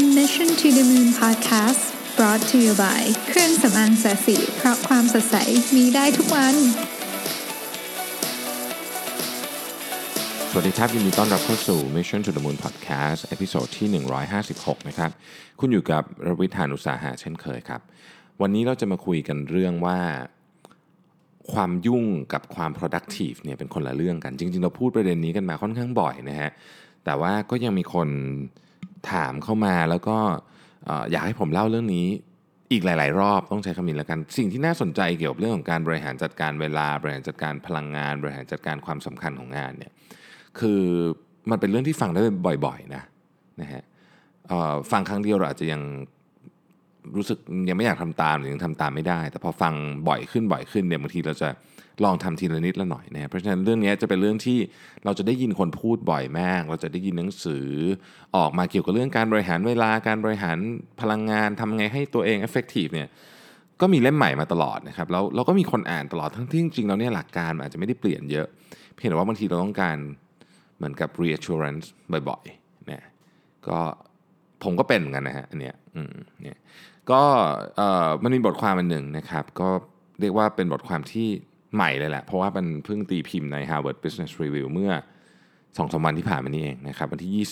Mission to the Moon Podcast brought to you by เครื่องสำอางแสสีเพราะความสดใสมีได้ทุกวันสวัสดีครับยินดีต้อนรับเข้าสู่ Mission to the Moon Podcast ตอนที่156นะครับคุณอยู่กับรวิทย์ หาญอุตสาหะเช่นเคยครับวันนี้เราจะมาคุยกันเรื่องว่าความยุ่งกับความ productive เนี่ยเป็นคนละเรื่องกันจริงๆเราพูดประเด็นนี้กันมาค่อนข้างบ่อยนะฮะแต่ว่าก็ยังมีคนถามเข้ามาแล้วก็อยากให้ผมเล่าเรื่องนี้อีกหลายๆรอบต้องใช้คำนี้แล้วกันสิ่งที่น่าสนใจเกี่ยวกับเรื่องของการบริหารจัดการเวลาบริหารจัดการพลังงานบริหารจัดการความสำคัญของงานเนี่ยคือมันเป็นเรื่องที่ฟังได้บ่อยๆนะฮะฟังครั้งเดียวเราอาจจะยังรู้สึกยังไม่อยากทำตามหรือยังทำตามไม่ได้แต่พอฟังบ่อยขึ้นเนี่ยบางทีเราจะลองทำทีละนิดละหน่อยนะเพราะฉะนั้นเรื่องนี้จะเป็นเรื่องที่เราจะได้ยินคนพูดบ่อยมากเราจะได้ยินหนังสือออกมาเกี่ยวกับเรื่องการบริหารเวลาการบริหารพลังงานทำไงให้ตัวเอง effective เนี่ยก็มีเล่มใหม่มาตลอดนะครับแล้วเราก็มีคนอ่านตลอดทั้งที่จริงๆแล้วเนี่ยหลักการอาจจะไม่ได้เปลี่ยนเยอะเพียงแต่ว่าบางทีเราต้องการเหมือนกับ reassurance บ่อยๆเนี่ยก็ผมก็เป็นเหมือนกันนะฮะอันเนี้ยเนี่ยก็มันมีบทความอันหนึ่งนะครับก็เรียกว่าเป็นบทความที่ใหม่เลยแหละเพราะว่ามันเพิ่งตีพิมพ์ใน Harvard Business Review เมื่อ 2-3 วันที่ผ่านมานี้เองนะครับวันที่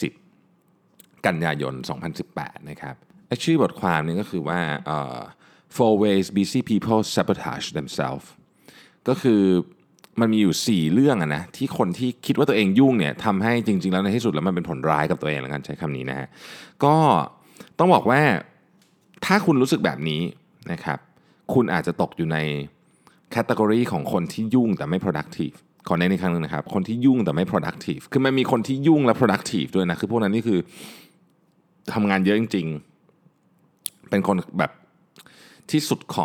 20กันยายน2018นะครับชื่อบทความนี้ก็คือว่าFour ways busy people sabotage themselves ก็คือมันมีอยู่4เรื่องนะที่คนที่คิดว่าตัวเองยุ่งเนี่ยทำให้จริงๆแล้วในที่สุดแล้วมันเป็นผลร้ายกับตัวเองแล้วกันใช้คำนี้นะฮะก็ต้องบอกว่าถ้าคุณรู้สึกแบบนี้นะครับคุณอาจจะตกอยู่ในแคตตากรีของคนที่ยุ่งแต่ไม่ productive ขอแนะนำอีกครั้งนึงนะครับคนที่ยุ่งแต่ไม่ productive คือมันมีคนที่ยุ่งและ productive ด้วยนะคือพวกนั้นนี่คือทำงานเยอะจริงๆเป็นคนแบบที่สุดของ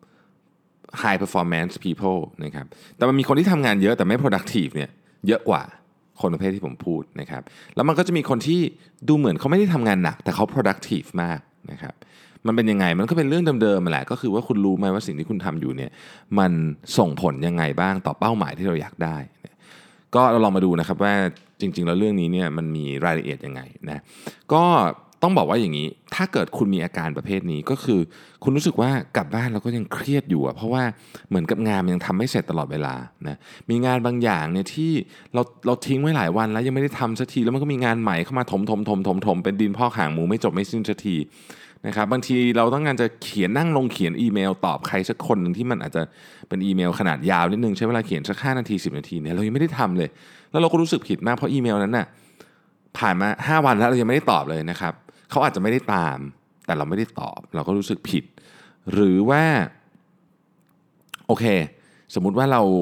high performance people นะครับแต่มันมีคนที่ทำงานเยอะแต่ไม่ productive เนี่ยเยอะกว่าคนประเภทที่ผมพูดนะครับแล้วมันก็จะมีคนที่ดูเหมือนเขาไม่ได้ทำงานหนักแต่เขา productive มากนะครับมันเป็นยังไงมันก็เป็นเรื่องเดิมๆแหละก็คือว่าคุณรู้ไหมว่าสิ่งที่คุณทำอยู่เนี่ยมันส่งผลยังไงบ้างต่อเป้าหมายที่เราอยากได้ก็เราลองมาดูนะครับว่าจริงๆแล้วเรื่องนี้เนี่ยมันมีรายละเอียดยังไงนะก็ต้องบอกว่าอย่างนี้ถ้าเกิดคุณมีอาการประเภทนี้ก็คือคุณรู้สึกว่ากลับบ้านแล้วก็ยังเครียดอยู่เพราะว่าเหมือนกับงานมันยังทำไม่เสร็จตลอดเวลานะมีงานบางอย่างเนี่ยที่เราทิ้งไว้หลายวันแล้วยังไม่ได้ทำสักทีแล้วมันก็มีงานใหม่เข้ามาถมเป็นดินพอกหางหมูไม่จบไม่สิ้นสักทีนะครับบางทีเราต้องการจะนั่งลงเขียนอีเมลตอบใครสักคนนึงที่มันอาจจะเป็นอีเมลขนาดยาวนิดนึงใช้เวลาเขียนสัก5นาที10นาทีเนี่ยเรายังไม่ได้ทำเลยแล้วเราก็รู้สึกผิดมากเพราะอีเมลนั้นน่ะผ่านมา5วันแล้วเรายังไม่ได้ตอบเลยนะครับเขาอาจจะไม่ได้ตามแต่เราไม่ได้ตอบเราก็รู้สึกผิดหรือว่าโอเคสมมุติว่าเรา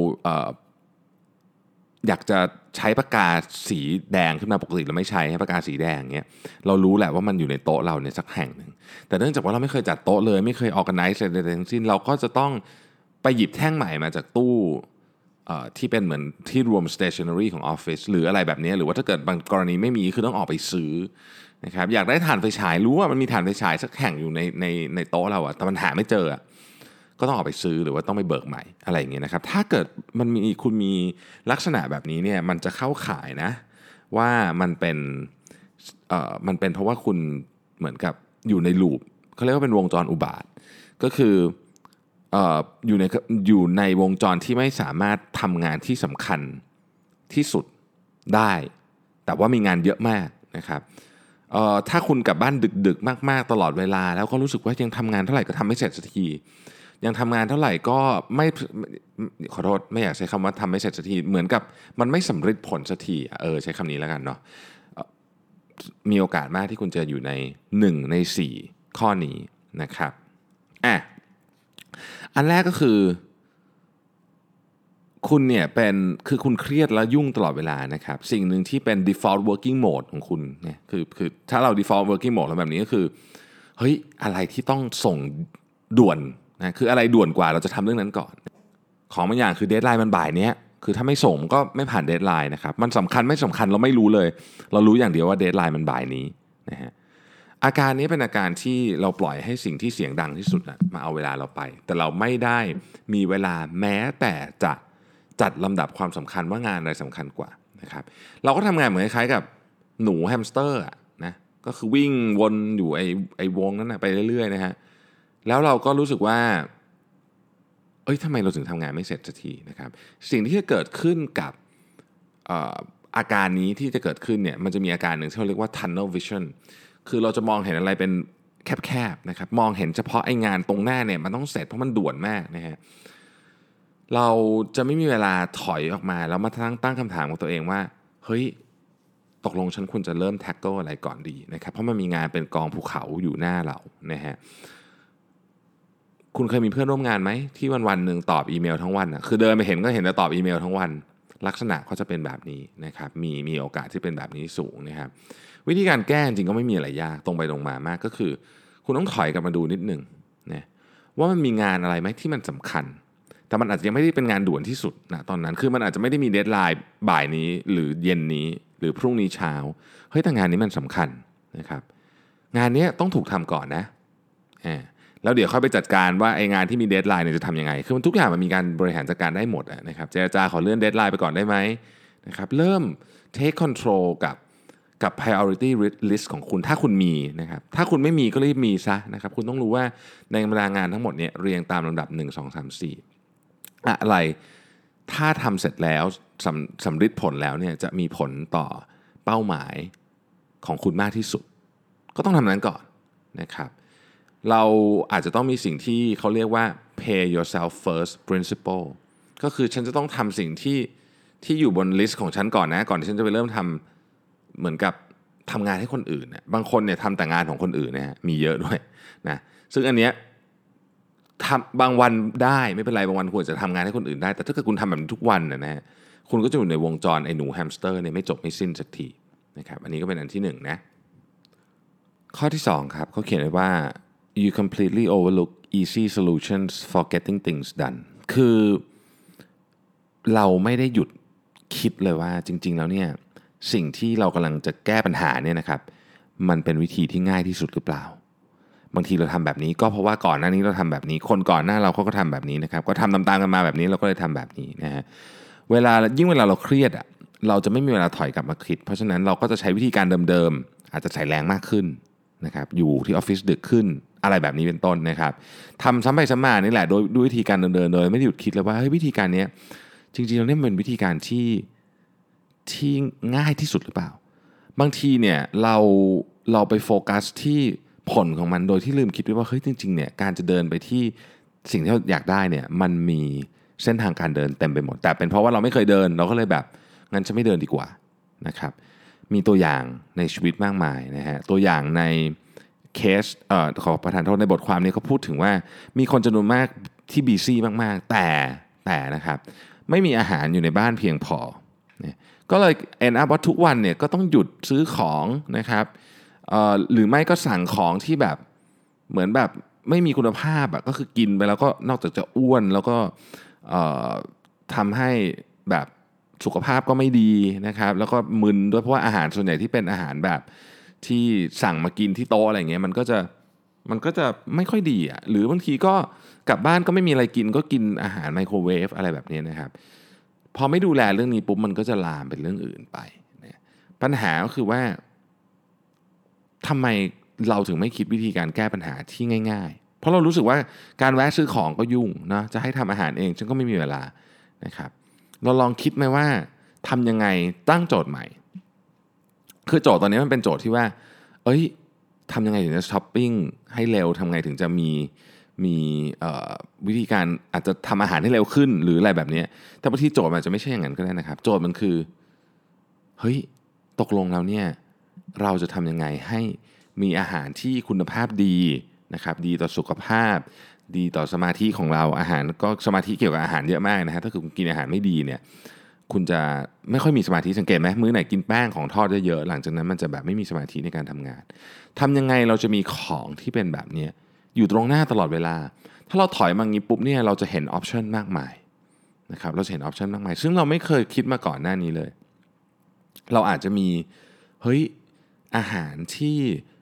อยากจะใช้ปากกาสีแดงขึ้นมาปกติเราไม่ใช้ปากกาสีแดงเงี้ยเรารู้แหละว่ามันอยู่ในโต๊ะเราเนี่ยสักแห่งหนึ่งแต่เนื่องจากว่าเราไม่เคยจัดโต๊ะเลยไม่เคย organize อะไรทั้งสิ้นเราก็จะต้องไปหยิบแท่งใหม่มาจากตู้ที่เป็นเหมือนที่รวม stationery ของออฟฟิศหรืออะไรแบบนี้หรือว่าถ้าเกิดบางกรณีไม่มีคือต้องออกไปซื้อนะครับอยากได้ถ่านไฟฉายรู้ว่ามันมีถ่านไฟฉายสักแห่งอยู่ในโต๊ะเราแต่มันหาไม่เจอก็ต้องออกไปซื้อหรือว่าต้องไปเบิกใหม่อะไรอย่างเงี้ยนะครับถ้าเกิดคุณมีลักษณะแบบนี้เนี่ยมันจะเข้าข่ายนะว่ามันเป็นเพราะว่าคุณเหมือนกับอยู่ในลูปเขาเรียกว่าเป็นวงจรอุบาทก็คืออยู่ในวงจรที่ไม่สามารถทำงานที่สำคัญที่สุดได้แต่ว่ามีงานเยอะมากนะครับถ้าคุณกลับบ้านดึกๆมากๆตลอดเวลาแล้วก็รู้สึกว่ายังทำงานเท่าไหร่ก็ทำไม่เสร็จสักทียังทำงานเท่าไหร่ก็ไม่ขอโทษไม่อยากใช้คำว่าทำไม่เสร็จสักทีเหมือนกับมันไม่สำเร็จผลสักทีใช้คำนี้แล้วกันเนาะมีโอกาสมากที่คุณจะอยู่ใน1ใน4ข้อนี้นะครับอันแรกก็คือคุณเนี่ยคือคุณเครียดและยุ่งตลอดเวลานะครับสิ่งหนึ่งที่เป็น default working mode ของคุณเนี่ยคือถ้าเรา default working mode แล้วแบบนี้ก็คือเฮ้ยอะไรที่ต้องส่งด่วนนะคืออะไรด่วนกว่าเราจะทำเรื่องนั้นก่อนของบางอย่างคือเดดไลน์มันบ่ายเนี้ยคือถ้าไม่ส่งก็ไม่ผ่านเดดไลน์นะครับมันสำคัญไม่สำคัญเราไม่รู้เลยเรารู้อย่างเดียวว่าเดดไลน์มันบ่ายนี้นะฮะอาการนี้เป็นอาการที่เราปล่อยให้สิ่งที่เสียงดังที่สุดมาเอาเวลาเราไปแต่เราไม่ได้มีเวลาแม้แต่จะจัดลำดับความสำคัญว่างานอะไรสำคัญกว่านะครับเราก็ทำงานเหมือนคล้ายๆกับหนูแฮมสเตอร์นะก็คือวิ่งวนอยู่ไอ้วงนั้นนะไปเรื่อยๆนะฮะแล้วเราก็รู้สึกว่าทำไมเราถึงทำงานไม่เสร็จสักทีนะครับสิ่งที่จะเกิดขึ้นกับอาการนี้ที่จะเกิดขึ้นเนี่ยมันจะมีอาการหนึ่งที่เขาเรียกว่า tunnel vision คือเราจะมองเห็นอะไรเป็นแคบๆนะครับมองเห็นเฉพาะไอ้งานตรงหน้าเนี่ยมันต้องเสร็จเพราะมันด่วนมากนะฮะเราจะไม่มีเวลาถอยออกมาแล้วมาตั้งคำถามกับตัวเองว่าเฮ้ยตกลงฉันควรจะเริ่มแท็กเกิลอะไรก่อนดีนะครับเพราะมันมีงานเป็นกองภูเขาอยู่หน้าเรานะฮะคุณเคยมีเพื่อนร่วมงานไหมที่วันๆหนึ่งตอบอีเมลทั้งวันคือเดินไปเห็นก็เห็นแต่ตอบอีเมลทั้งวันลักษณะเขาจะเป็นแบบนี้นะครับมีโอกาสที่เป็นแบบนี้สูงนะครับวิธีการแก้จริงก็ไม่มีอะไรยากตรงไปตรงมามากก็คือคุณต้องถอยกลับมาดูนิดนึงนะว่ามันมีงานอะไรไหมที่มันสำคัญแต่มันอาจจะยังไม่ได้เป็นงานด่วนที่สุดนะตอนนั้นคือมันอาจจะไม่ได้มีเดดไลน์บ่ายนี้หรือเย็นนี้หรือพรุ่งนี้เช้าเฮ้ยแต่งานนี้มันสำคัญนะครับงานนี้ต้องถูกทำก่อนนะแล้วเดี๋ยวค่อยไปจัดการว่าไอ้งานที่มีเดดไลน์เนี่ยจะทำยังไงคือมันทุกอย่างมันมีการบริหารจัดการได้หมดนะครับเจรจาขอเลื่อนเดดไลน์ไปก่อนได้ไหมนะครับเริ่ม take control กับ priority list ของคุณถ้าคุณมีนะครับถ้าคุณไม่มีก็รีบมีซะนะครับคุณต้องรู้ว่าในตารางงานทั้งหมดเนี่ยเรียงตามลำดับ1 2 3 4อะไรถ้าทำเสร็จแล้วสำฤทธิ์ผลแล้วเนี่ยจะมีผลต่อเป้าหมายของคุณมากที่สุดก็ต้องทำนั้นก่อนนะครับเราอาจจะต้องมีสิ่งที่เขาเรียกว่า pay yourself first principle ก็คือฉันจะต้องทำสิ่งที่อยู่บนลิสต์ของฉันก่อนนะก่อนที่ฉันจะไปเริ่มทำเหมือนกับทำงานให้คนอื่นบางคนเนี่ยทำแต่งานของคนอื่นนะมีเยอะด้วยนะซึ่งอันเนี้ยทำบางวันได้ไม่เป็นไรบางวันควรจะทำงานให้คนอื่นได้แต่ถ้าเกิดคุณทำแบบนี้ทุกวันนะฮะคุณก็จะอยู่ในวงจรไอ้หนูแฮมสเตอร์เนี่ยไม่จบไม่สิ้นสักทีนะครับอันนี้ก็เป็นอันที่1นะข้อที่2ครับเขาเขียนไว้ว่าyou completely overlook easy solutions for getting things done คือเราไม่ได้หยุดคิดเลยว่าจริงๆแล้วเนี่ยสิ่งที่เรากำลังจะแก้ปัญหาเนี่ยนะครับมันเป็นวิธีที่ง่ายที่สุดหรือเปล่าบางทีเราทำแบบนี้ก็เพราะว่าก่อนหน้านี้เราทำแบบนี้คนก่อนหน้าเราก็ทำแบบนี้นะครับก็ทำตามๆกันมาแบบนี้เราก็เลยทำแบบนี้นะฮะเวลาเราเครียดเราจะไม่มีเวลาถอยกลับมาคิดเพราะฉะนั้นเราก็จะใช้วิธีการเดิมๆอาจจะใส่แรงมากขึ้นนะครับอยู่ที่ออฟฟิศดึกขึ้นอะไรแบบนี้เป็นต้นนะครับทำซ้ำไปซ้ำมานี่แหละโดยวิธีการเดินๆโดยไม่ได้หยุดคิดเลยว่าเฮ้ยวิธีการนี้จริงๆแล้วเนี่ยเป็นวิธีการที่ง่ายที่สุดหรือเปล่าบางทีเนี่ยเราไปโฟกัสที่ผลของมันโดยที่ลืมคิดไปว่าเฮ้ยจริงๆเนี่ยการจะเดินไปที่สิ่งที่เราอยากได้เนี่ยมันมีเส้นทางการเดินเต็มไปหมดแต่เป็นเพราะว่าเราไม่เคยเดินเราก็เลยแบบงั้นฉันไม่เดินดีกว่านะครับมีตัวอย่างในชีวิตมากมายนะฮะตัวอย่างในเคสขอประทานโทษในบทความนี้เขาพูดถึงว่ามีคนจำนวนมากที่บีซี่มากๆแต่นะครับไม่มีอาหารอยู่ในบ้านเพียงพอก็เลยend up ว่าทุกวันเนี่ยก็ต้องหยุดซื้อของนะครับหรือไม่ก็สั่งของที่แบบเหมือนแบบไม่มีคุณภาพก็คือกินไปแล้วก็นอกจากจะอ้วนแล้วก็ทำให้แบบสุขภาพก็ไม่ดีนะครับแล้วก็มึนด้วยเพราะว่าอาหารส่วนใหญ่ที่เป็นอาหารแบบที่สั่งมากินที่โต๊ะอะไรเงี้ยมันก็จะไม่ค่อยดีหรือบางทีก็กลับบ้านก็ไม่มีอะไรกินก็กินอาหารไมโครเวฟอะไรแบบนี้นะครับพอไม่ดูแลเรื่องนี้ปุ๊บมันก็จะลามเป็นเรื่องอื่นไปนะปัญหาก็คือว่าทำไมเราถึงไม่คิดวิธีการแก้ปัญหาที่ง่ายๆเพราะเรารู้สึกว่าการแวะซื้อของก็ยุ่งนะจะให้ทำอาหารเองฉันก็ไม่มีเวลานะครับเราลองคิดไหมว่าทำยังไงตั้งโจทย์ใหม่คือโจทย์ตอนนี้มันเป็นโจทย์ที่ว่าทำยังไงถึงจะช้อปปิ้งให้เร็วทำไงถึงจะมีวิธีการอาจจะทำอาหารให้เร็วขึ้นหรืออะไรแบบนี้แต่บางทีโจทย์มันจะไม่ใช่อย่างนั้นก็ได้นะครับโจทย์มันคือเฮ้ยตกลงแล้วเนี่ยเราจะทำยังไงให้มีอาหารที่คุณภาพดีนะครับดีต่อสุขภาพดีต่อสมาธิของเราอาหารก็สมาธิเกี่ยวกับอาหารเยอะมากนะฮะถ้าคุณกินอาหารไม่ดีเนี่ยคุณจะไม่ค่อยมีสมาธิสังเกตไหมมื้อไหนกินแป้งของทอดเยอะๆหลังจากนั้นมันจะแบบไม่มีสมาธิในการทำงานทำยังไงเราจะมีของที่เป็นแบบนี้อยู่ตรงหน้าตลอดเวลาถ้าเราถอยมางี้ปุ๊บเนี่ยเราจะเห็นออปชันมากมายนะครับเราจะเห็นออปชันมากมายซึ่งเราไม่เคยคิดมาก่อนหน้านี้เลยเราอาจจะมีอาหารที่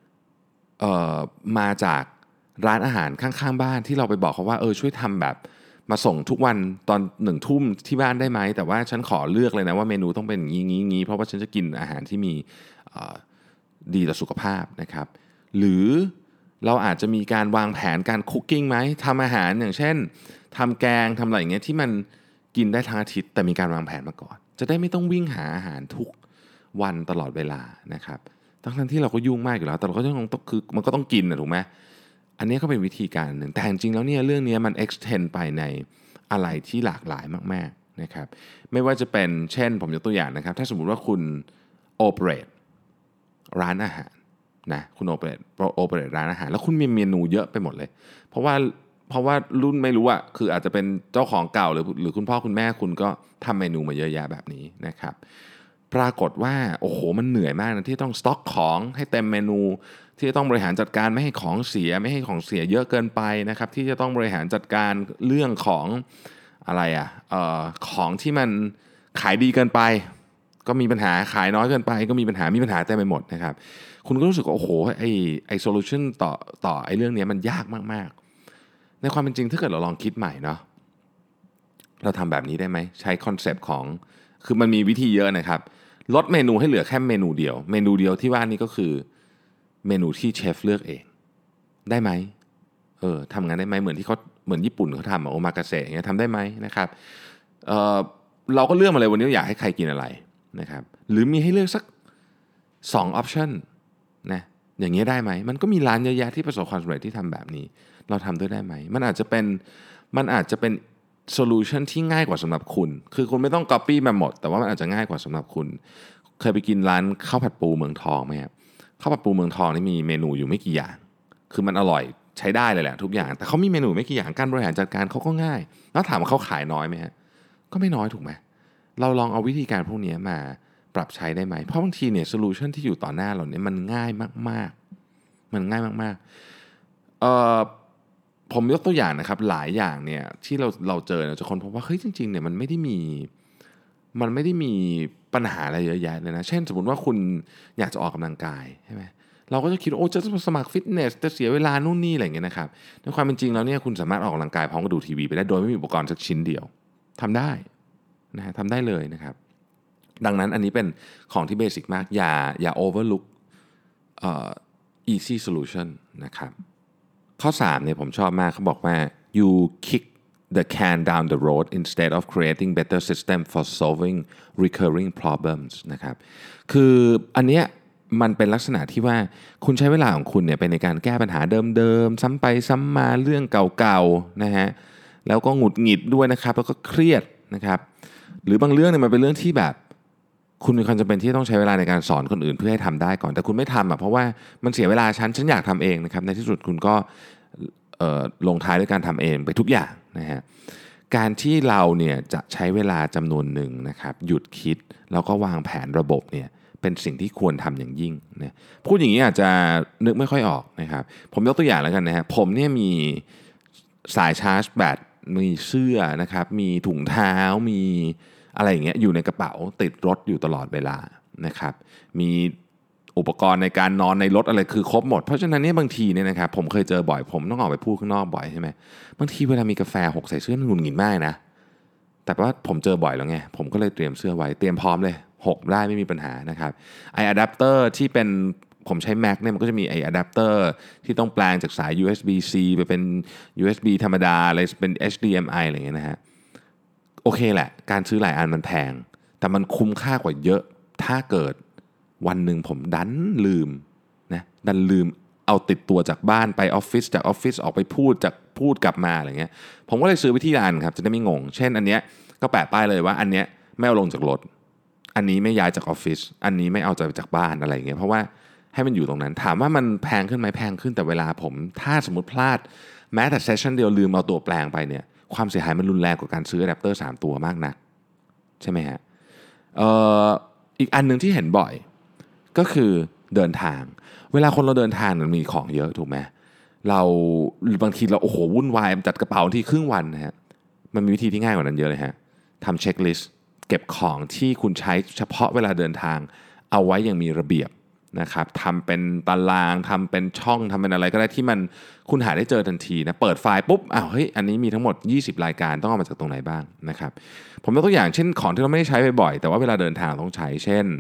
มาจากร้านอาหารข้างๆบ้านที่เราไปบอกเขาว่าช่วยทำแบบมาส่งทุกวันตอน1 ทุ่มที่บ้านได้ไหมแต่ว่าฉันขอเลือกเลยนะว่าเมนูต้องเป็นงี้เพราะว่าฉันจะกินอาหารที่มีดีต่อสุขภาพนะครับหรือเราอาจจะมีการวางแผนการคุกกิ้งไหมทำอาหารอย่างเช่นทำแกงทำอะไรอย่างเงี้ยที่มันกินได้ทั้งอาทิตย์แต่มีการวางแผนมาก่อนจะได้ไม่ต้องวิ่งหาอาหารทุกวันตลอดเวลานะครับทั้งที่เราก็ยุ่งมากอยู่แล้วแต่เราก็ต้องคือมันก็ต้องกินนะถูกไหมอันนี้ก็เป็นวิธีการหนึ่งแต่จริงๆแล้วเนี่ยเรื่องนี้มัน extend ไปในอะไรที่หลากหลายมากๆนะครับไม่ว่าจะเป็นเช่นผมยกตัวอย่างนะครับถ้าสมมุติว่าคุณ operate ร้านอาหารนะคุณโอเปเรตร้านอาหารแล้วคุณมีเมนูเยอะไปหมดเลยเพราะว่ารุ่นไม่รู้อะคืออาจจะเป็นเจ้าของเก่าหรือคุณพ่อคุณแม่คุณก็ทำเมนูมาเยอะแยะแบบนี้นะครับปรากฏว่าโอ้โหมันเหนื่อยมากนะที่ต้องสต็อกของให้เต็มเมนูที่จะต้องบริหารจัดการไม่ให้ของเสียเยอะเกินไปนะครับที่จะต้องบริหารจัดการเรื่องของอะไรอะของที่มันขายดีเกินไปก็มีปัญหาขายน้อยเกินไปก็มีปัญหาเต็มไปหมดนะครับคุณก็รู้สึกว่าโอ้โหไอ้โซลูชันต่อไอ้เรื่องนี้มันยากมากๆในความเป็นจริงถ้าเกิดเราลองคิดใหม่เนาะเราทำแบบนี้ได้ไหมใช้คอนเซปต์ของคือมันมีวิธีเยอะนะครับลดเมนูให้เหลือแค่เมนูเดียวที่ว่านี้ก็คือเมนูที่เชฟเลือกเองได้ไหมทำงานได้ไหมเหมือนญี่ปุ่นเขาทำโอมากาเสะอย่างเงี้ยทำได้ไหมนะครับเราก็เลือกมาเลยวันนี้อยากให้ใครกินอะไรนะครับหรือมีให้เลือกสัก2 option นะอย่างเงี้ยได้ไหมมันก็มีร้านเยอะแยะที่ประสบความสำเร็จที่ทำแบบนี้เราทำด้วยได้ไหมมันอาจจะเป็นโซลูชันที่ง่ายกว่าสำหรับคุณคือคุณไม่ต้อง copy มาหมดแต่ว่ามันอาจจะง่ายกว่าสำหรับคุณเคยไปกินร้านข้าวผัดปูเมืองทองไหมครับข้าวผัดปูเมืองทองนี่มีเมนูอยู่ไม่กี่อย่างคือมันอร่อยใช้ได้เลยแหละทุกอย่างแต่เขามีเมนูไม่กี่อย่างการบริหารจัดการเขาก็ง่ายแล้วถามว่าเขาขายน้อยไหมฮะก็ไม่น้อยถูกไหมเราลองเอาวิธีการพวกนี้มาปรับใช้ได้ไหมเพราะบางทีเนี่ยโซลูชันที่อยู่ต่อหน้าเราเนี่ยมันง่ายมากๆผมยกตัวอย่างนะครับหลายอย่างเนี่ยที่เราเจอจะคนพบว่าเฮ้ยจริงๆเนี่ยมันไม่ได้มีปัญหาอะไรเยอะแยะเลยนะเช่นสมมติว่าคุณอยากจะออกกำลังกายใช่ไหมเราก็จะคิดโอ้จะสมัครฟิตเนสจะเสียเวลานู่นนี่อะไรอย่างเงี้ยนะครับในความเป็นจริงแล้วเนี่ยคุณสามารถออกกำลังกายพร้อมกับดูทีวีไปได้โดยไม่มีอุปกรณ์สักชิ้นเดียวทำได้นะฮะทำได้เลยนะครับดังนั้นอันนี้เป็นของที่เบสิกมากอย่า overlook easy solution นะครับข้อ3เนี่ยผมชอบมากเขาบอกว่า you kick the can down the road instead of creating better system for solving recurring problems นะครับคืออันเนี้ยมันเป็นลักษณะที่ว่าคุณใช้เวลาของคุณเนี่ยไปในการแก้ปัญหาเดิมๆซ้ำไปซ้ำมาเรื่องเก่าๆนะฮะแล้วก็หงุดหงิดด้วยนะครับแล้วก็เครียดนะครับหรือบางเรื่องเนี่ยมันเป็นเรื่องที่แบบคุณมีความจำเป็นที่ต้องใช้เวลาในการสอนคนอื่นเพื่อให้ทำได้ก่อนแต่คุณไม่ทำเพราะว่ามันเสียเวลาฉันอยากทำเองนะครับในที่สุดคุณก็ลงท้ายด้วยการทำเองไปทุกอย่างนะฮะการที่เราเนี่ยจะใช้เวลาจำนวนหนึ่งนะครับหยุดคิดแล้วก็วางแผนระบบเนี่ยเป็นสิ่งที่ควรทำอย่างยิ่งนะพูดอย่างนี้อาจจะนึกไม่ค่อยออกนะครับผมยกตัวอย่างแล้วกันนะฮะผมเนี่ยมีสายชาร์จแบตมีเสื้อนะครับมีถุงเท้ามีอะไรอย่างเงี้ยอยู่ในกระเป๋าติดรถอยู่ตลอดเวลานะครับมีอุปกรณ์ในการนอนในรถอะไรคือครบหมดเพราะฉะนั้นเนี่ยบางทีเนี่ยนะครับผมเคยเจอบ่อยผมต้องออกไปพูดข้างนอกบ่อยใช่ไหมบางทีเวลามีกาแฟหกใส่เสื้อมันหงุดหงิดมากนะแต่ว่าผมเจอบ่อยแล้วไงผมก็เลยเตรียมเสื้อไว้เตรียมพร้อมเลยหกได้ไม่มีปัญหานะครับไออะแดปเตอร์ที่เป็นผมใช้ Mac เนี่ยมันก็จะมีไออะแดปเตอร์ที่ต้องแปลงจากสาย USB-C ไปเป็น USB ธรรมดาอะไรเป็น HDMI อะไรอย่างเงี้ยนะฮะโอเคแหละการซื้อหลายอันมันแพงแต่มันคุ้มค่ากว่าเยอะถ้าเกิดวันหนึ่งผมดันลืมเอาติดตัวจากบ้านไปออฟฟิศจากออฟฟิศออกไปพูดกลับมาอะไรเงี้ยผมก็เลยซื้อวิธีการครับจะได้ไม่งงเช่นอันเนี้ยก็แปะป้ายเลยว่าอันเนี้ยไม่เอาลงจากรถอันนี้ไม่ย้ายจากออฟฟิศอันนี้ไม่เอาจากบ้านอะไรเงี้ยเพราะว่าให้มันอยู่ตรงนั้นถามว่ามันแพงขึ้นไหมแพงขึ้นแต่เวลาผมถ้าสมมติพลาดแม้แต่เซสชั่นเดียวลืมเอาตัวแปลงไปเนี่ยความเสียหายมันรุนแรงกว่าการซื้ออะแดปเตอร์3ตัวมากนักใช่ไหมฮะอีกอันนึงที่เห็นบ่อยก็คือเดินทางเวลาคนเราเดินทางมันมีของเยอะถูกไหมเราบางทีเราโอ้โหวุ่นวายจัดกระเป๋าที่ครึ่งวันนะฮะมันมีวิธีที่ง่ายกว่านั้นเยอะเลยฮะทำเช็คลิสต์เก็บของที่คุณใช้เฉพาะเวลาเดินทางเอาไว้อย่างมีระเบียบนะครับทำเป็นตารางทำเป็นช่องทำเป็นอะไรก็ได้ที่มันคุณหาได้เจอทันทีนะเปิดไฟล์ปุ๊บเฮ้ยอันนี้มีทั้งหมด20รายการต้องเอามาจากตรงไหนบ้างนะครับผมยกตัวอย่างเช่นของที่เราไม่ได้ใช้บ่อยๆแต่ว่าเวลาเดินทางต้องใช้เช่น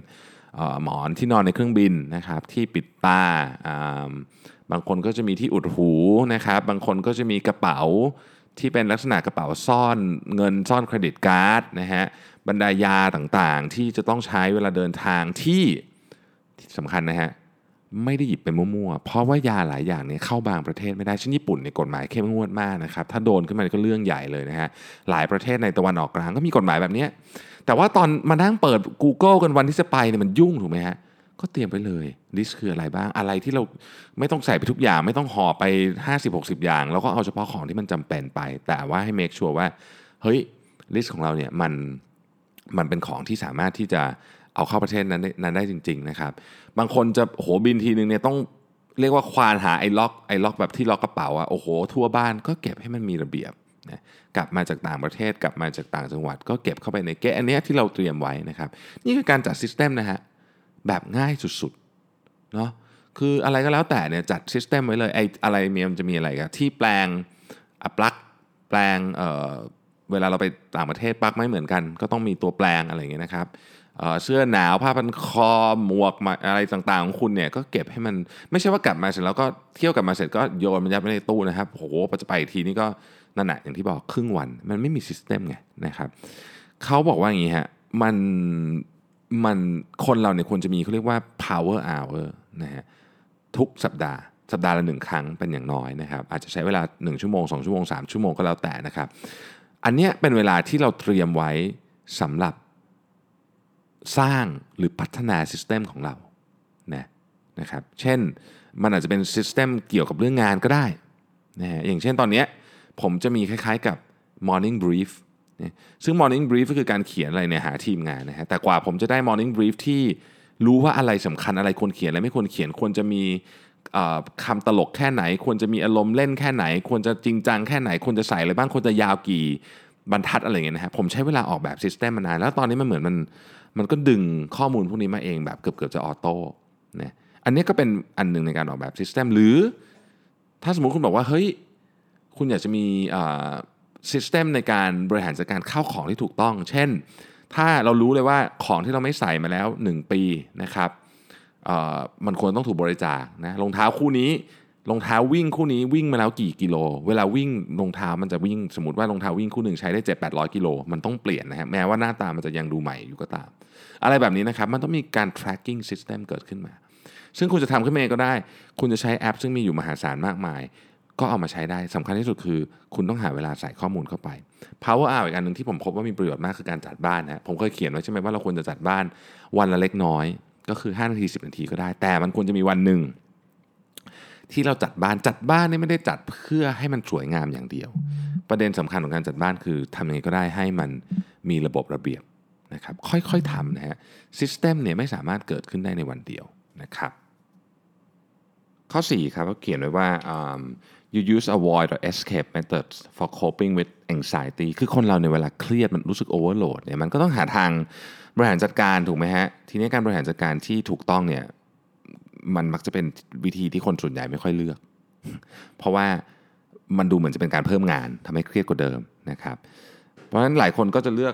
หมอนที่นอนในเครื่องบินนะครับที่ปิดตาบางคนก็จะมีที่อุดหูนะครับบางคนก็จะมีกระเป๋าที่เป็นลักษณะกระเป๋าซ่อนเงินซ่อนเครดิตการ์ดนะฮะบรรดายาต่างๆที่จะต้องใช้เวลาเดินทางที่สำคัญนะฮะไม่ได้หยิบไปมั่วๆเพราะว่ายาหลายอย่างเนี่ยเข้าบางประเทศไม่ได้เช่นญี่ปุ่นเนี่ยกฎหมายเข้มงวดมากนะครับถ้าโดนขึ้นมาก็เรื่องใหญ่เลยนะฮะหลายประเทศในตะวันออกกลางก็มีกฎหมายแบบนี้แต่ว่าตอนมานั่งเปิด Google กันวันที่จะไปเนี่ยมันยุ่งถูกไหมฮะก็เตรียมไปเลยลิสต์คืออะไรบ้างอะไรที่เราไม่ต้องใส่ไปทุกอย่างไม่ต้องห่อไป50-60อย่างแล้วก็เอาเฉพาะของที่มันจำเป็นไปแต่ว่าให้ make sure ว่าเฮ้ยลิสต์ของเราเนี่ยมันเป็นของที่สามารถที่จะเอาเข้าประเทศนั้นได้จริงๆนะครับบางคนจะโหบินทีนึงเนี่ยต้องเรียกว่าควานหาไอ้ล็อกแบบที่ล็อกกระเป๋าโอ้โหทั่วบ้านก็เก็บให้มันมีระเบียบนะกลับมาจากต่างประเทศกลับมาจากต่างจังหวัดก็เก็บเข้าไปในเก๊ะอันนี้ที่เราเตรียมไว้นะครับนี่คือการจัดซิสเต็มนะฮะแบบง่ายสุดๆเนาะคืออะไรก็แล้วแต่เนี่ยจัดซิสเต็มไว้เลยไอ้อะไรมันจะมีอะไรกันที่แปลงปลั๊กแปลงเวลาเราไปต่างประเทศปลั๊กไม่เหมือนกันก็ต้องมีตัวแปลงอะไรอย่างเงี้ยนะครับเสื้อหนาวผ้าพันคอหมวกอะไรต่างๆของคุณเนี่ยก็เก็บให้มันไม่ใช่ว่ากลับมาเสร็จแล้วก็เที่ยวกลับมาเสร็จก็โยนมันยัดไว้ในตู้นะครับโหจะไปอีกทีนี่ก็นั่นแหละอย่างที่บอกครึ่งวันมันไม่มีซิสเต็มไงนะครับเขาบอกว่าอย่างนี้ฮะมันคนเราเนี่ยควรจะมีเขาเรียกว่า power hour นะฮะทุกสัปดาห์ละ1ครั้งเป็นอย่างน้อยนะครับอาจจะใช้เวลา1ชั่วโมง2ชั่วโมง3ชั่วโมงก็แล้วแต่นะครับอันเนี้ยเป็นเวลาที่เราเตรียมไว้สำหรับสร้างหรือพัฒนาซิสเต็มของเรานะครับเช่นมันอาจจะเป็นซิสเต็มเกี่ยวกับเรื่องงานก็ได้นะฮะอย่างเช่นตอนนี้ผมจะมีคล้ายๆกับ morning brief นะซึ่ง morning brief ก็คือการเขียนอะไรเนี่ยหาทีมงานนะฮะแต่กว่าผมจะได้ morning brief ที่รู้ว่าอะไรสำคัญอะไรควรเขียนอะไรไม่ควรเขียนควรจะมีคำตลกแค่ไหนควรจะมีอารมณ์เล่นแค่ไหนควรจะจริงจังแค่ไหนควรจะใส่อะไรบ้างควรจะยาวกี่บรรทัดอะไรอย่างเงี้ยนะฮะผมใช้เวลาออกแบบซิสเต็มมานานแล้วตอนนี้มันเหมือนมันก็ดึงข้อมูลพวกนี้มาเองแบบเกือบจะออโต้นะอันนี้ก็เป็นอันหนึ่งในการออกแบบซิสเต็มหรือถ้าสมมุติคุณบอกว่าเฮ้ยคุณอยากจะมีซิสเต็มในการบริหารจัดการข้าวของที่ถูกต้องเช่นถ้าเรารู้เลยว่าของที่เราไม่ใส่มาแล้ว1ปีนะครับมันควรต้องถูกบริจาคนะรองเท้าคู่นี้รองเท้าวิ่งคู่นี้วิ่งมาแล้วกี่กิโลเวลาวิ่งรองเท้ามันจะวิ่งสมมติว่ารองเท้าวิ่งคู่หนึ่งใช้ได้ 700-800 กิโลมันต้องเปลี่ยนนะฮะแม้ว่าหน้าตามันจะยังดูใหม่อยู่ก็ตามอะไรแบบนี้นะครับมันต้องมีการ tracking system เกิดขึ้นมาซึ่งคุณจะทำขึ้นมาเองก็ได้คุณจะใช้แอปซึ่งมีอยู่มหาศาลมากมายก็เอามาใช้ได้สำคัญที่สุดคือคุณต้องหาเวลาใส่ข้อมูลเข้าไป Power Hour อีกอันนึงที่ผมพบว่ามีประโยชน์มากคือการจัดบ้านนะผมเคยเขียนไว้ใช่ไหมว่าเราควรจะจัดบ้านวันละเล็กน้อยก็คือ5นาที10นาทีก็ได้แต่มันควรจะมีวันหนึ่งที่เราจัดบ้านนี่ไม่ได้จัดเพื่อให้มันสวยงามอย่างเดียวประเด็นสำคัญของการจัดบ้านคือทำยังไงก็ได้ให้มันมีระบบระเบียบนะครับค่อยๆทำนะฮะซิสเต็มเนี่ยไม่สามารถเกิดขึ้นได้ในวันเดียวนะครับข้อ4ครับเขาเขียนไว้ว่าyou use avoid or escape methods for coping with anxiety คือคนเราในเวลาเครียดมันรู้สึก overload เนี่ยมันก็ต้องหาทางบริหารจัดการถูกไหมฮะทีนี้การบริหารจัดการที่ถูกต้องเนี่ยมันมักจะเป็นวิธีที่คนส่วนใหญ่ไม่ค่อยเลือกเพราะว่ามันดูเหมือนจะเป็นการเพิ่มงานทำให้เครียดกว่าเดิมนะครับเพราะฉะนั้นหลายคนก็จะเลือก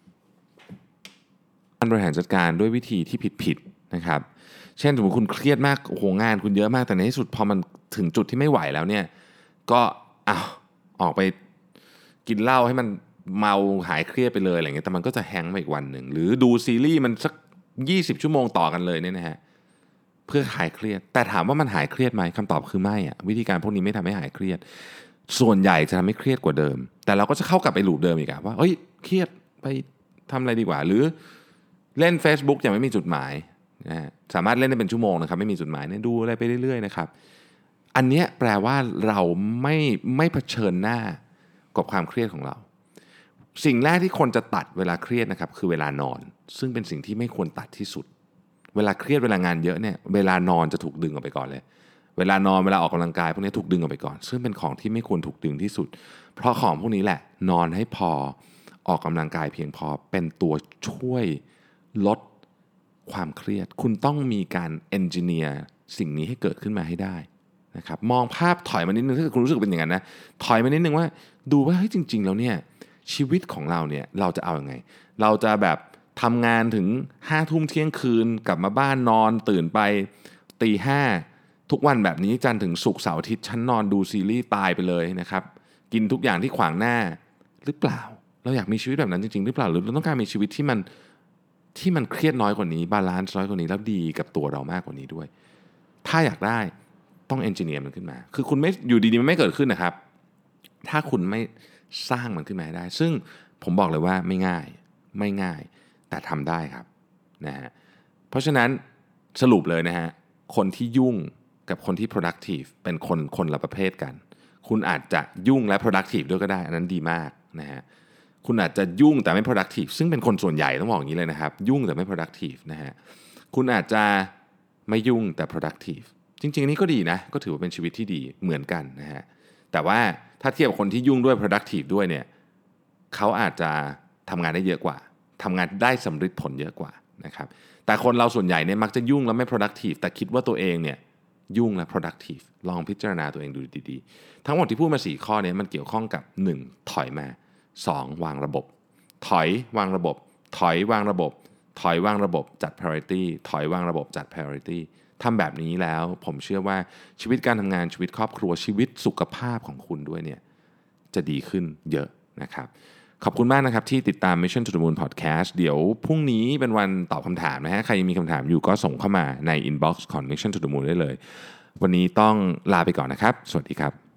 การบริหารจัดการด้วยวิธีที่ผิดๆนะครับเช่นสมมติคุณเครียดมากโอ้โหงานคุณเยอะมากแต่ในที่สุดพอมันถึงจุดที่ไม่ไหวแล้วเนี่ยก็ออกไปกินเหล้าให้มันเมาหายเครียดไปเลยอะไรเงี้ยแต่มันก็จะแฮงก์ไปอีกวันหนึ่งหรือดูซีรีส์มันสัก20ชั่วโมงต่อกันเลยเนี่ยนะฮะเพื่อหายเครียดแต่ถามว่ามันหายเครียดไหมคำตอบคือไม่วิธีการพวกนี้ไม่ทำให้หายเครียดส่วนใหญ่จะทำให้เครียดกว่าเดิมแต่เราก็จะเข้ากลับไปลูปเดิมอีกว่าเฮ้ยเครียดไปทำอะไรดีกว่าหรือเล่น Facebook อย่างไม่มีจุดหมายนะฮะสามารถเล่นได้เป็นชั่วโมงนะครับไม่มีจุดหมายเนี่ยดูอะไรไปเรื่อยๆนะครับอันนี้แปลว่าเราไม่เผชิญหน้ากับความเครียดของเราสิ่งแรกที่คนจะตัดเวลาเครียดนะครับคือเวลานอนซึ่งเป็นสิ่งที่ไม่ควรตัดที่สุดเวลาเครียดเวลางานเยอะเนี่ยเวลานอนจะถูกดึงออกไปก่อนเลยเวลานอนเวลาออกกำลังกายพวกนี้ถูกดึงออกไปก่อนซึ่งเป็นของที่ไม่ควรถูกดึงที่สุดเพราะของพวกนี้แหละนอนให้พอออกกำลังกายเพียงพอเป็นตัวช่วยลดความเครียดคุณต้องมีการเอนจิเนียร์สิ่งนี้ให้เกิดขึ้นมาให้ได้นะครับมองภาพถอยมานิดนึงถ้าคุณรู้สึกเป็นอย่างนั้นนะถอยมานิดนึงว่าดูว่าเฮ้ยจริงๆแล้วเนี่ยชีวิตของเราเนี่ยเราจะเอาอย่างไงเราจะแบบทำงานถึง5 ทุ่มเที่ยงคืนกลับมาบ้านนอนตื่นไปตี 5ทุกวันแบบนี้จันทร์ถึงศุกร์เสาร์อาทิตย์ฉันนอนดูซีรีส์ตายไปเลยนะครับกินทุกอย่างที่ขวางหน้าหรือเปล่าเราอยากมีชีวิตแบบนั้นจริงๆหรือเปล่าหรือเราต้องการมีชีวิตที่มันเครียดน้อยกว่านี้บาลานซ์น้อยกว่านี้แล้วดีกับตัวเรามากกว่านี้ด้วยถ้าอยากได้ต้องเอนจิเนียร์มันขึ้นมาคือคุณไม่อยู่ดีๆมันไม่เกิดขึ้นนะครับถ้าคุณไม่สร้างมันขึ้นมาได้ซึ่งผมบอกเลยว่าไม่ง่ายแต่ทำได้ครับนะฮะเพราะฉะนั้นสรุปเลยนะฮะคนที่ยุ่งกับคนที่ productive เป็นคนละประเภทกันคุณอาจจะยุ่งและ productive ด้วยก็ได้อันนั้นดีมากนะฮะคุณอาจจะยุ่งแต่ไม่ productive ซึ่งเป็นคนส่วนใหญ่ต้องบอกอย่างนี้เลยนะครับยุ่งแต่ไม่ productive นะฮะคุณอาจจะไม่ยุ่งแต่ productive จริงๆนี่ก็ดีนะก็ถือว่าเป็นชีวิตที่ดีเหมือนกันนะฮะแต่ว่าถ้าเทียบกับคนที่ยุ่งด้วย productive ด้วยเนี่ยเขาอาจจะทำงานได้เยอะกว่าทำงานได้สำเร็จผลเยอะกว่านะครับแต่คนเราส่วนใหญ่เนี่ยมักจะยุ่งแล้วไม่ productive แต่คิดว่าตัวเองเนี่ยยุ่งและ productive ลองพิจารณาตัวเองดูดีๆทั้งหมดที่พูดมา4ข้อนี้มันเกี่ยวข้องกับ1ถอยมา2วางระบบถอยวางระบบถอยวางระบบถอยวางระบบจัด priority ถอยวางระบบจัด priority ทำแบบนี้แล้วผมเชื่อว่าชีวิตการทำงานชีวิตครอบครัวชีวิตสุขภาพของคุณด้วยเนี่ยจะดีขึ้นเยอะนะครับขอบคุณมากนะครับที่ติดตาม Mission to the Moon Podcast เดี๋ยวพรุ่งนี้เป็นวันตอบคำถามนะฮะใครยังมีคำถามอยู่ก็ส่งเข้ามาใน inbox ของ Mission to the Moon ได้เลยวันนี้ต้องลาไปก่อนนะครับสวัสดีครับ